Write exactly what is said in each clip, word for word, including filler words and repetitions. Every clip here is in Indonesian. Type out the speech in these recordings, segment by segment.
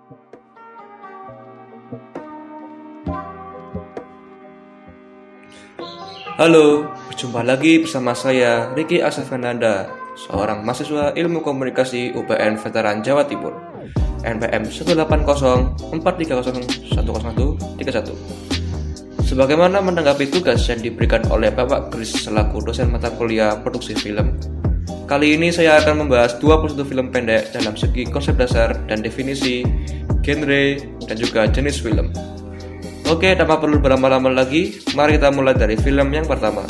Halo, berjumpa lagi bersama saya Ricky Asafenanda, seorang mahasiswa Ilmu Komunikasi U P N Veteran Jawa Timur, N P M satu delapan nol empat tiga nol satu nol satu tiga satu. Sebagaimana menanggapi tugas yang diberikan oleh Bapak Kris selaku dosen mata kuliah produksi film, kali ini saya akan membahas dua puluh satu film pendek dalam segi konsep dasar dan definisi, genre, dan juga jenis film. Oke, tanpa perlu berlama-lama lagi, mari kita mulai dari film yang pertama.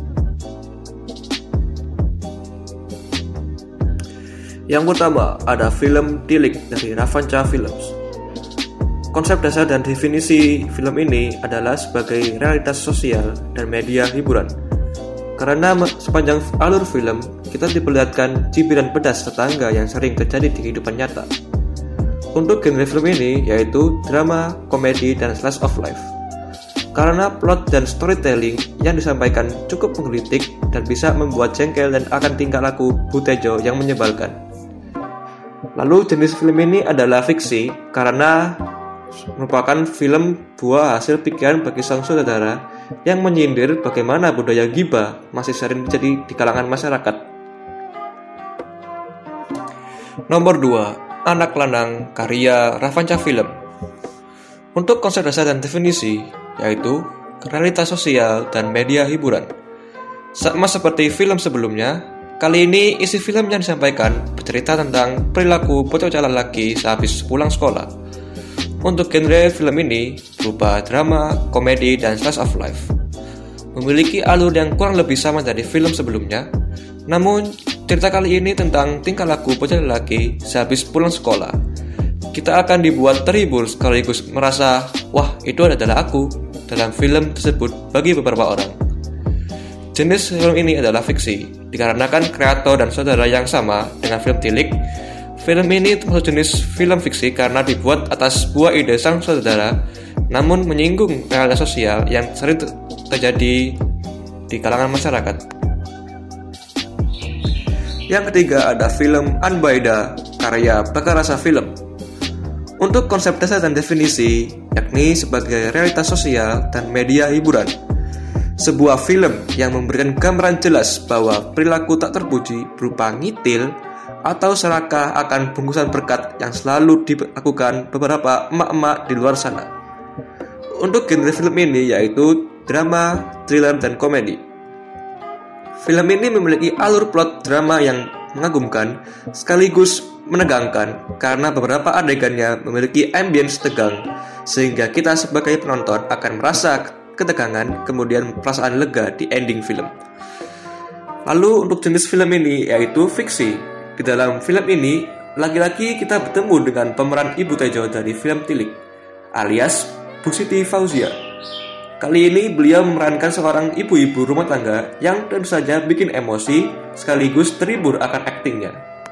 Yang pertama ada film Tilik dari Ravancha Films. Konsep dasar dan definisi film ini adalah sebagai realitas sosial dan media hiburan. Karena sepanjang alur film, kita diperlihatkan cibiran pedas tetangga yang sering terjadi di kehidupan nyata. Untuk genre film ini yaitu drama, komedi, dan slice of life. Karena plot dan storytelling yang disampaikan cukup menggelitik dan bisa membuat jengkel dan akan tingkah laku Butejo yang menyebalkan. Lalu jenis film ini adalah fiksi karena merupakan film buah hasil pikiran bagi sang saudara yang menyindir bagaimana budaya ghibah masih sering terjadi di kalangan masyarakat. Nomor dua, Anak Lanang karya Ravancha Film. Untuk konsep dasar dan definisi yaitu realitas sosial dan media hiburan. Sama seperti film sebelumnya, kali ini isi film yang disampaikan bercerita tentang perilaku bocah lelaki sehabis pulang sekolah. Untuk genre film ini berupa drama, komedi, dan slice of life. Memiliki alur yang kurang lebih sama dari film sebelumnya, namun cerita kali ini tentang tingkah laku bocah lelaki sehabis pulang sekolah. Kita akan dibuat terhibur sekaligus merasa, wah itu adalah aku dalam film tersebut bagi beberapa orang. Jenis film ini adalah fiksi, dikarenakan kreator dan saudara yang sama dengan film Tilik. Film ini termasuk jenis film fiksi karena dibuat atas buah ide sang saudara, namun menyinggung realitas sosial yang sering terjadi di kalangan masyarakat. Yang ketiga ada film Anbaida karya Bakarasa Film. Untuk konsep dasar dan definisi, yakni sebagai realitas sosial dan media hiburan. Sebuah film yang memberikan gambaran jelas bahwa perilaku tak terpuji berupa ngitil atau serakah akan bungkusan berkat yang selalu dilakukan beberapa emak-emak di luar sana. Untuk genre film ini yaitu drama, thriller, dan komedi. Film ini memiliki alur plot drama yang mengagumkan sekaligus menegangkan karena beberapa adegannya memiliki ambience tegang sehingga kita sebagai penonton akan merasa ketegangan kemudian perasaan lega di ending film. Lalu untuk jenis film ini yaitu fiksi. Di dalam film ini lagi-lagi kita bertemu dengan pemeran Ibu Tejo dari film Tilik alias Bu Siti Fauzia. Kali ini beliau memerankan seorang ibu-ibu rumah tangga yang tentu saja bikin emosi sekaligus terhibur akan aktingnya.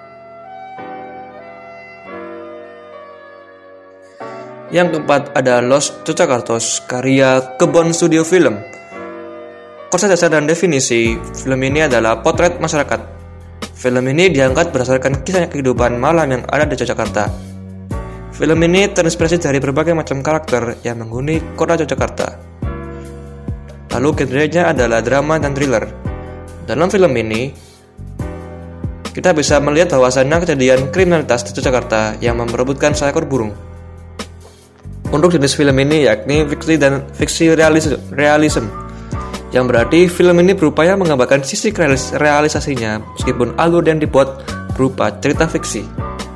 Yang keempat ada Los Cocakartos karya Kebon Studio Film. Konsep dasar dan definisi film ini adalah potret masyarakat. Film ini diangkat berdasarkan kisah kehidupan malam yang ada di Yogyakarta. Film ini terinspirasi dari berbagai macam karakter yang menghuni kota Yogyakarta. Lalu genrenya adalah drama dan thriller. Dalam film ini, kita bisa melihat bahwasannya kejadian kriminalitas di Jakarta yang memperebutkan seekor burung. Untuk jenis film ini yakni fiksi dan fiksi realis- realism, yang berarti film ini berupaya menggambarkan sisi realis- realisasinya meskipun alur yang dibuat berupa cerita fiksi.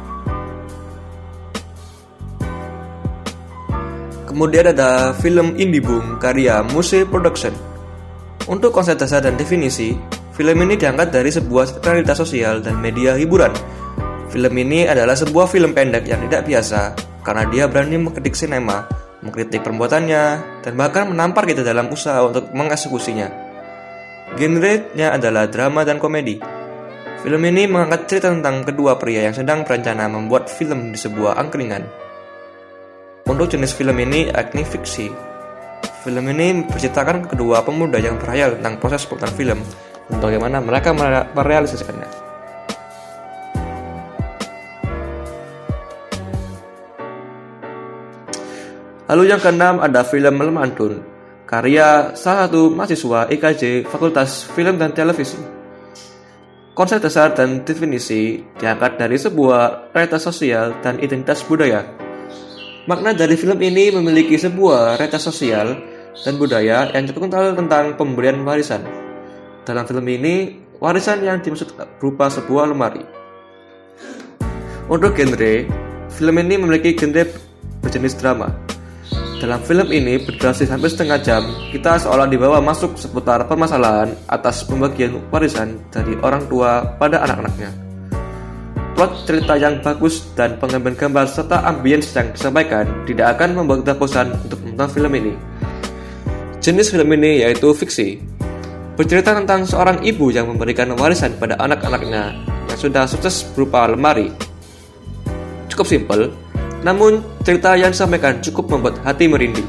Kemudian ada film Indie Boom karya Muse Production. Untuk konsep dasar dan definisi, film ini diangkat dari sebuah realitas sosial dan media hiburan. Film ini adalah sebuah film pendek yang tidak biasa karena dia berani mengkritik sinema, mengkritik perbuatannya, dan bahkan menampar kita dalam usaha untuk mengeksekusinya. Genre-nya adalah drama dan komedi. Film ini mengangkat cerita tentang kedua pria yang sedang berencana membuat film di sebuah angkringan. Untuk jenis film ini yakni fiksi. Film ini menceritakan kedua pemuda yang berhayal tentang proses pembuatan film dan bagaimana mereka merealisasikannya. Lalu yang keenam ada film Malam Antun, karya salah satu mahasiswa I K J Fakultas Film dan Televisi. Konsep dasar dan definisi diangkat dari sebuah realitas sosial dan identitas budaya. Makna dari film ini memiliki sebuah realitas sosial dan budaya yang cukup kental tentang pemberian warisan. Dalam film ini, warisan yang dimaksud berupa sebuah lemari. Untuk genre, film ini memiliki genre berjenis drama. Dalam film ini berdurasi hampir setengah jam, kita seolah dibawa masuk seputar permasalahan atas pembagian warisan dari orang tua pada anak-anaknya. Plot cerita yang bagus dan pengambilan gambar serta ambience yang disampaikan tidak akan membuat kita bosan untuk menonton film ini. Jenis film ini yaitu fiksi, bercerita tentang seorang ibu yang memberikan warisan pada anak-anaknya yang sudah sukses berupa lemari. Cukup simpel, namun cerita yang disampaikan cukup membuat hati merinding.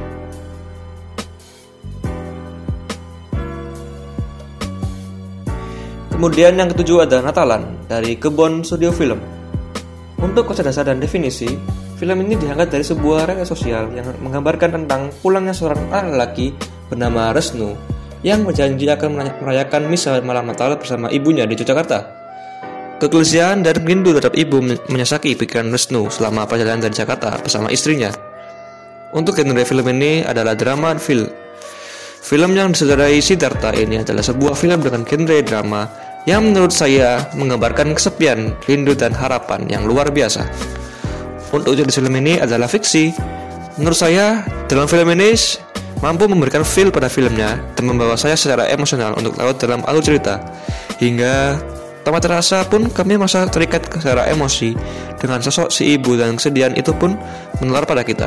Kemudian yang ketujuh ada Natalan dari Kebon Studio Film. Untuk konsep dasar dan definisi, film ini diangkat dari sebuah realitas sosial yang menggambarkan tentang pulangnya seorang anak lelaki bernama Resnu yang berjanji akan merayakan misa malam Natal bersama ibunya di Yogyakarta. Kegelisahan dan rindu terhadap ibu menyesaki pikiran Resnu selama perjalanan dari Jakarta bersama istrinya. Untuk genre film ini adalah drama film. Film yang disutradarai Siddhartha ini adalah sebuah film dengan genre drama yang menurut saya menggambarkan kesepian, rindu dan harapan yang luar biasa. Untuk jenis film ini adalah fiksi. Menurut saya, dalam film ini mampu memberikan feel pada filmnya dan membawa saya secara emosional untuk larut dalam alur cerita. Hingga tanpa terasa pun kami merasa terikat secara emosi dengan sosok si ibu dan kesedihan itu pun menular pada kita.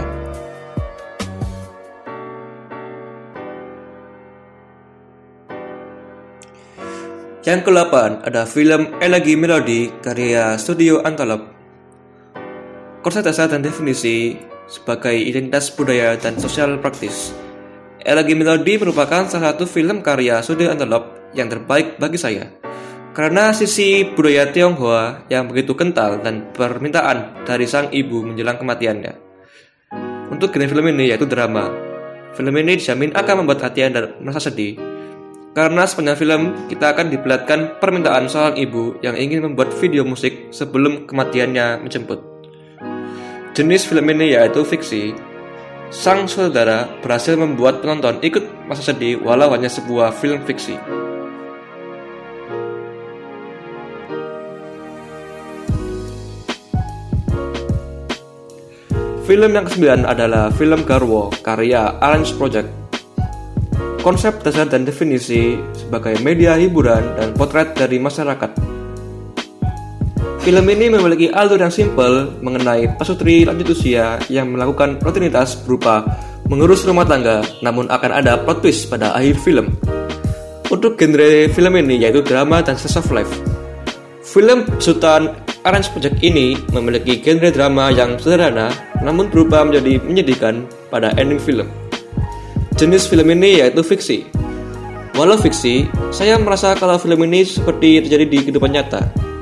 Yang kedelapan ada film Elegi Melodi karya Studio Antelope. Konsep dasar dan definisi sebagai identitas budaya dan sosial praktis. Elegi Melodi merupakan salah satu film karya Studio Antelope yang terbaik bagi saya. Karena sisi budaya Tionghoa yang begitu kental dan permintaan dari sang ibu menjelang kematiannya. Untuk genre film ini yaitu drama. Film ini dijamin akan membuat hati Anda merasa sedih. Karena sepanjang film kita akan diperlihatkan permintaan seorang ibu yang ingin membuat video musik sebelum kematiannya menjemput. Jenis film ini yaitu fiksi. Sang sutradara berhasil membuat penonton ikut merasa sedih walau hanya sebuah film fiksi. Film yang kesembilan adalah film Garwo karya Orange Project. Konsep dasar dan definisi sebagai media hiburan dan potret dari masyarakat. Film ini memiliki alur yang simpel mengenai pasutri lanjut usia yang melakukan rutinitas berupa mengurus rumah tangga, namun akan ada plot twist pada akhir film. Untuk genre film ini yaitu drama dan slice of life. Film besutan Orange Project ini memiliki genre drama yang sederhana namun berubah menjadi menyedihkan pada ending film. Jenis film ini yaitu fiksi. Walau fiksi, saya merasa kalau film ini seperti terjadi di kehidupan nyata.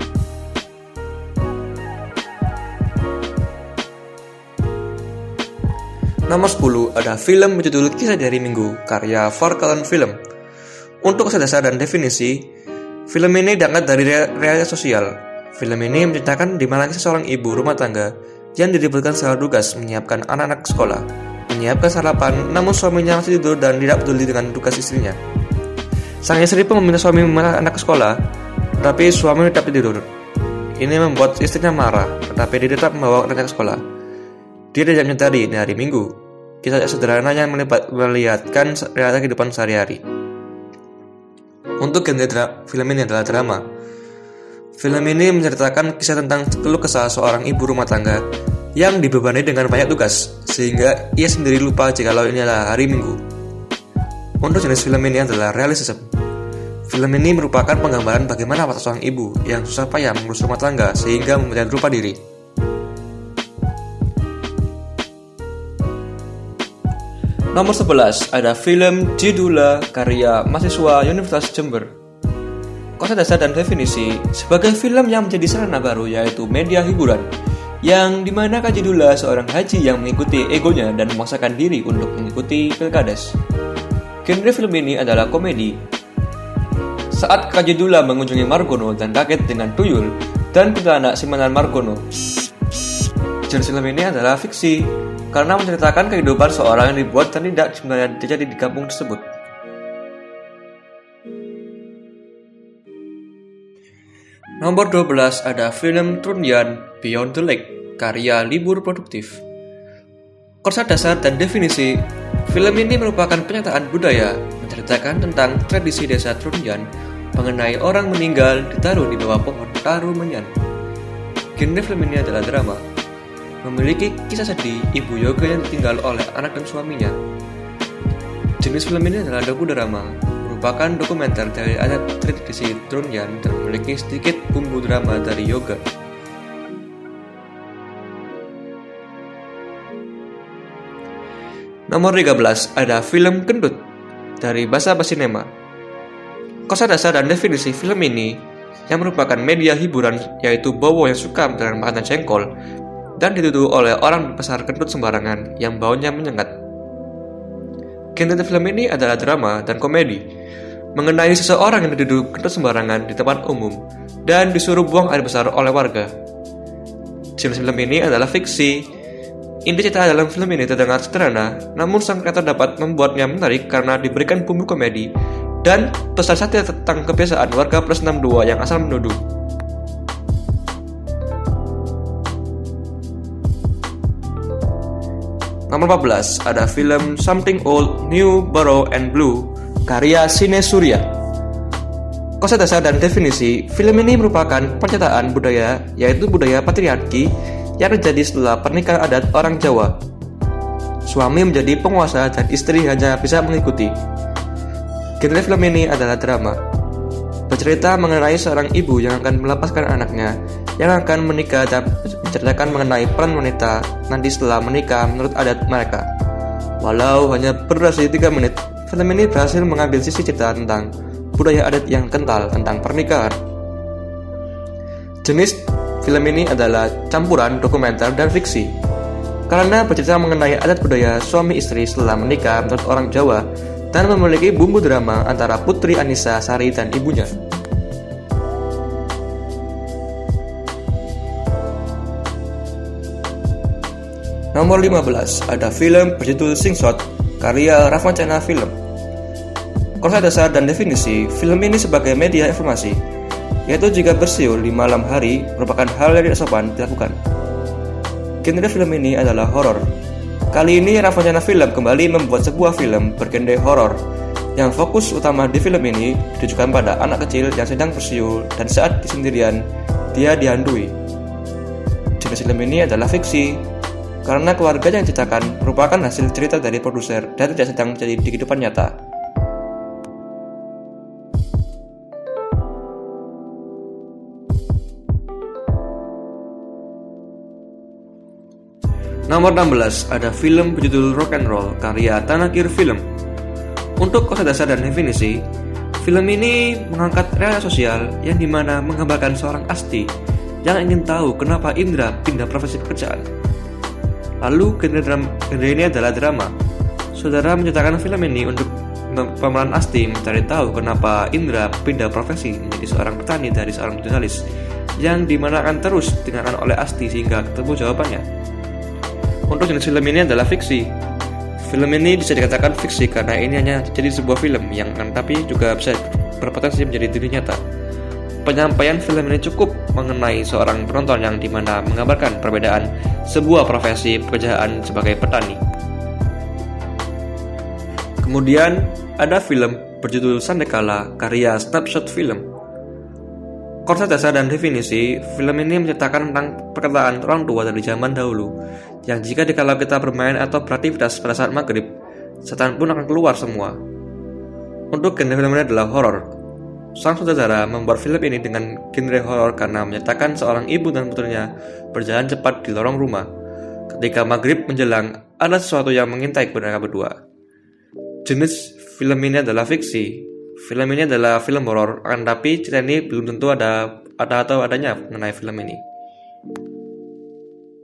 Nomor sepuluh ada film berjudul Kisah Dari Minggu karya Farkalan Film. Untuk konsep dasar dan definisi, film ini diangkat dari realitas sosial. Film ini menceritakan di mana seorang ibu rumah tangga yang dilibatkan secara tugas menyiapkan anak-anak sekolah, menyiapkan sarapan, namun suaminya masih tidur dan tidak peduli dengan tugas istrinya. Sang istri pun meminta suami memanah anak ke sekolah, tetapi suami tetap tidur. Ini membuat istrinya marah, tetapi dia tetap membawa anaknya ke sekolah. Dia tidak menyadari ini hari Minggu. Kisah sederhana yang melihatkan realita kehidupan sehari-hari. Untuk genre dra- film ini adalah drama. Film ini menceritakan kisah tentang keluh kesah seorang ibu rumah tangga yang dibebani dengan banyak tugas, sehingga ia sendiri lupa jikalau ini adalah hari Minggu. Untuk jenis film ini adalah realism. Film ini merupakan penggambaran bagaimana watak seorang ibu yang susah payah mengurus rumah tangga sehingga membuat lupa diri. Nomor sebelas ada film Jidula karya mahasiswa Universitas Jember. Konsep dasar dan definisi sebagai film yang menjadi sarana baru yaitu media hiburan. yang dimana Kak Jedula seorang haji yang mengikuti egonya dan memaksakan diri untuk mengikuti pilkades. Genre film ini adalah komedi. Saat Kak Jedula mengunjungi Margono dan kaget dengan tuyul dan kuntilanak simpanan Margono. Genre film ini adalah fiksi karena menceritakan kehidupan seorang yang dibuat dan tidak sebenarnya terjadi di kampung tersebut. Nomor dua belas ada film Trunyan Beyond the Lake, karya Libur Produktif. Konsep dasar dan definisi, film ini merupakan penyataan budaya, menceritakan tentang tradisi desa Trunyan mengenai orang meninggal ditaruh di bawah pohon Tarumenyan. Genre film ini adalah drama, memiliki kisah sedih ibu yoga yang ditinggal oleh anak dan suaminya. Jenis film ini adalah dokudrama, merupakan dokumenter dari adat tradisi Trunyan dan memiliki sedikit bumbu drama dari yoga. Nomor tiga belas ada film Gendut dari Basa Basinema. Konsep dasar dan definisi film ini yang merupakan media hiburan yaitu Bowo yang suka dengan makanan jengkol dan dituduh oleh orang besar gendut sembarangan yang baunya menyengat. Genre film ini adalah drama dan komedi mengenai seseorang yang dituduh gendut sembarangan di tempat umum dan disuruh buang air besar oleh warga. Jenis film ini adalah fiksi. Inti cerita dalam film ini terdengar sederhana, namun sang kreator dapat membuatnya menarik karena diberikan bumbu komedi dan pesan satir tentang kebiasaan warga plus enam puluh dua yang asal menuduh. Nomor empat belas ada film Something Old, New, Borrow, and Blue, karya Sine Surya. Konsep dasar dan definisi, film ini merupakan penyataan budaya, yaitu budaya patriarki yang terjadi setelah pernikahan adat orang Jawa. Suami menjadi penguasa dan istri hanya bisa mengikuti. Genre film ini adalah drama, bercerita mengenai seorang ibu yang akan melepaskan anaknya yang akan menikah dan menceritakan mengenai peran wanita nanti setelah menikah menurut adat mereka. Walau hanya berdurasi tiga menit, film ini berhasil mengambil sisi cerita tentang budaya adat yang kental tentang pernikahan. Jenis film ini adalah campuran dokumenter dan fiksi, karena bercerita mengenai adat budaya suami istri setelah menikah menurut orang Jawa dan memiliki bumbu drama antara Putri Anissa Sari dan ibunya. Nomor lima belas ada film berjudul Singshot, karya Ravancana Film. Konsep dasar dan definisi, film ini sebagai media informasi, yaitu jika bersiul di malam hari merupakan hal yang tidak sopan dilakukan. Genre film ini adalah horor. Kali ini Ravancana Film kembali membuat sebuah film bergenre horor yang fokus utama di film ini ditujukan pada anak kecil yang sedang bersiul dan saat di sendirian dia dihantui. Jenis film ini adalah fiksi karena keluarga yang diceritakan merupakan hasil cerita dari produser dan tidak sedang terjadi di kehidupan nyata. Nomor enam belas ada film berjudul Rock and Roll, karya Tanakir Film. Untuk konsep dasar dan definisi, film ini mengangkat realita sosial yang dimana menggambarkan seorang Asti yang ingin tahu kenapa Indra pindah profesi pekerjaan. Lalu genre, drama, genre ini adalah drama. Saudara menceritakan film ini untuk pemeran Asti mencari tahu kenapa Indra pindah profesi menjadi seorang petani dari seorang jurnalis, yang dimana akan terus didengarkan oleh Asti sehingga ketemu jawabannya. Untuk jenis film ini adalah fiksi. Film ini bisa dikatakan fiksi karena ini hanya jadi sebuah film yang tapi juga bisa berpotensi menjadi diri nyata. Penyampaian film ini cukup mengenai seorang penonton yang dimana menggambarkan perbedaan sebuah profesi pekerjaan sebagai petani. Kemudian ada film berjudul Sandekala, karya Snapshot Film. Konsep dasar dan definisi, film ini menceritakan tentang perkataan orang tua dari zaman dahulu, yang jika dikala kita bermain atau beraktivitas pada saat maghrib, setan pun akan keluar semua. Untuk genre film ini adalah horor. Sang sutradara membuat film ini dengan genre horor karena menyertakan seorang ibu dan putrinya berjalan cepat di lorong rumah. Ketika maghrib menjelang, ada sesuatu yang mengintai mereka berdua. Jenis film ini adalah fiksi. Film ini adalah film horor, akan tapi cerita ini belum tentu ada ada atau adanya mengenai film ini.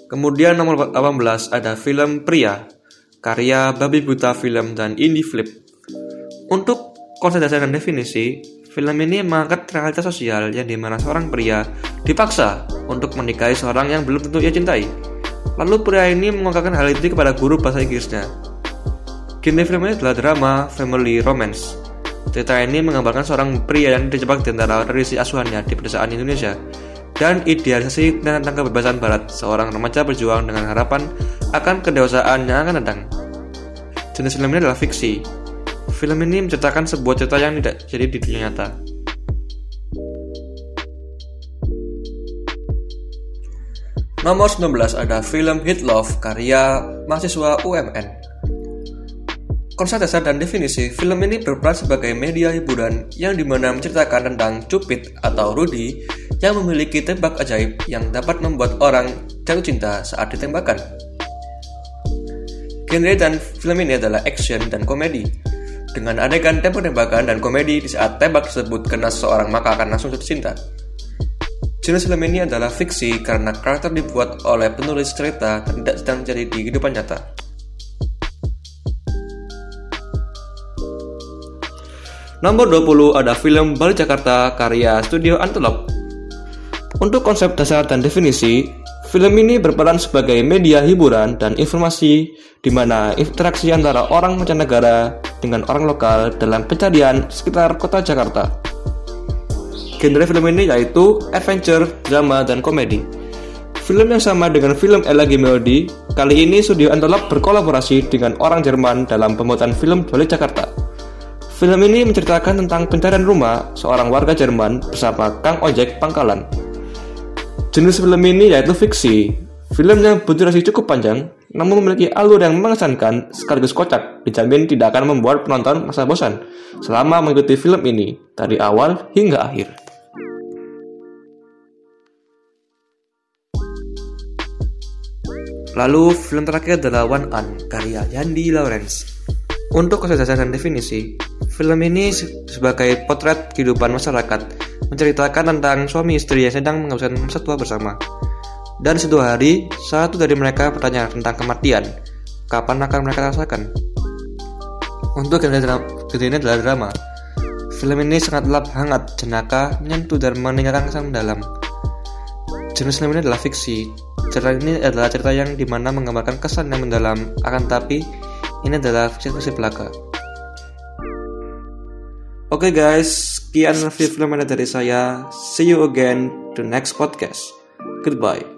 Kemudian nomor delapan belas ada film Pria, karya Babi Buta Film dan Indie Flip. Untuk konsep dasar dan definisi, film ini mengangkat realitas sosial yang dimana seorang pria dipaksa untuk menikahi seorang yang belum tentu ia cintai. Lalu pria ini mengungkapkan hal itu kepada guru bahasa Inggrisnya. Genre film ini adalah drama, family, romance. Cerita ini menggambarkan seorang pria yang terjebak di antara tradisi asuhannya di pedesaan Indonesia dan idealisasi tentang kebebasan barat, seorang remaja berjuang dengan harapan akan kedewasaan yang akan datang. Jenis film ini adalah fiksi. Film ini menceritakan sebuah cerita yang tidak jadi di dunia nyata. Nomor sembilan belas ada film Hit Love, karya mahasiswa U M N. Konsep dasar dan definisi, film ini berperan sebagai media hiburan yang dimana menceritakan tentang Cupid atau Rudy yang memiliki tembak ajaib yang dapat membuat orang jatuh cinta saat ditembakkan. Genre dan film ini adalah action dan komedi, dengan adegan tembak-tembakan dan komedi di saat tembak tersebut kena seseorang maka akan langsung jatuh cinta. Jenis film ini adalah fiksi karena karakter dibuat oleh penulis cerita dan tidak sedang terjadi di kehidupan nyata. Nomor dua puluh ada film Balik Jakarta, karya Studio Antolog. Untuk konsep dasar dan definisi, film ini berperan sebagai media hiburan dan informasi di mana interaksi antara orang mancanegara dengan orang lokal dalam pencarian sekitar kota Jakarta. Genre film ini yaitu adventure, drama, dan komedi. Film yang sama dengan film Elagi Melody, kali ini Studio Antolog berkolaborasi dengan orang Jerman dalam pembuatan film Balik Jakarta. Film ini menceritakan tentang pencarian rumah seorang warga Jerman bersama Kang Ojek Pangkalan. Jenis film ini yaitu fiksi. Film yang berdurasi cukup panjang, namun memiliki alur yang mengesankan sekaligus kocak, dijamin tidak akan membuat penonton merasa bosan selama mengikuti film ini dari awal hingga akhir. Lalu film terakhir adalah One Un, karya Yandi Lawrence. Untuk konsep dasar dan definisi, film ini sebagai potret kehidupan masyarakat, menceritakan tentang suami istri yang sedang menghabiskan masa tua bersama. Dan suatu hari, satu dari mereka bertanya tentang kematian, kapan akan mereka rasakan. Untuk genre ini adalah drama. Film ini sangat lap hangat, jenaka, menyentuh dan meninggalkan kesan mendalam. Jenis film ini adalah fiksi. Cerita ini adalah cerita yang dimana menggambarkan kesan yang mendalam, akan tapi ini adalah versi belaka. Oke okay guys, sekian review film dari saya. See you again to next podcast. Goodbye.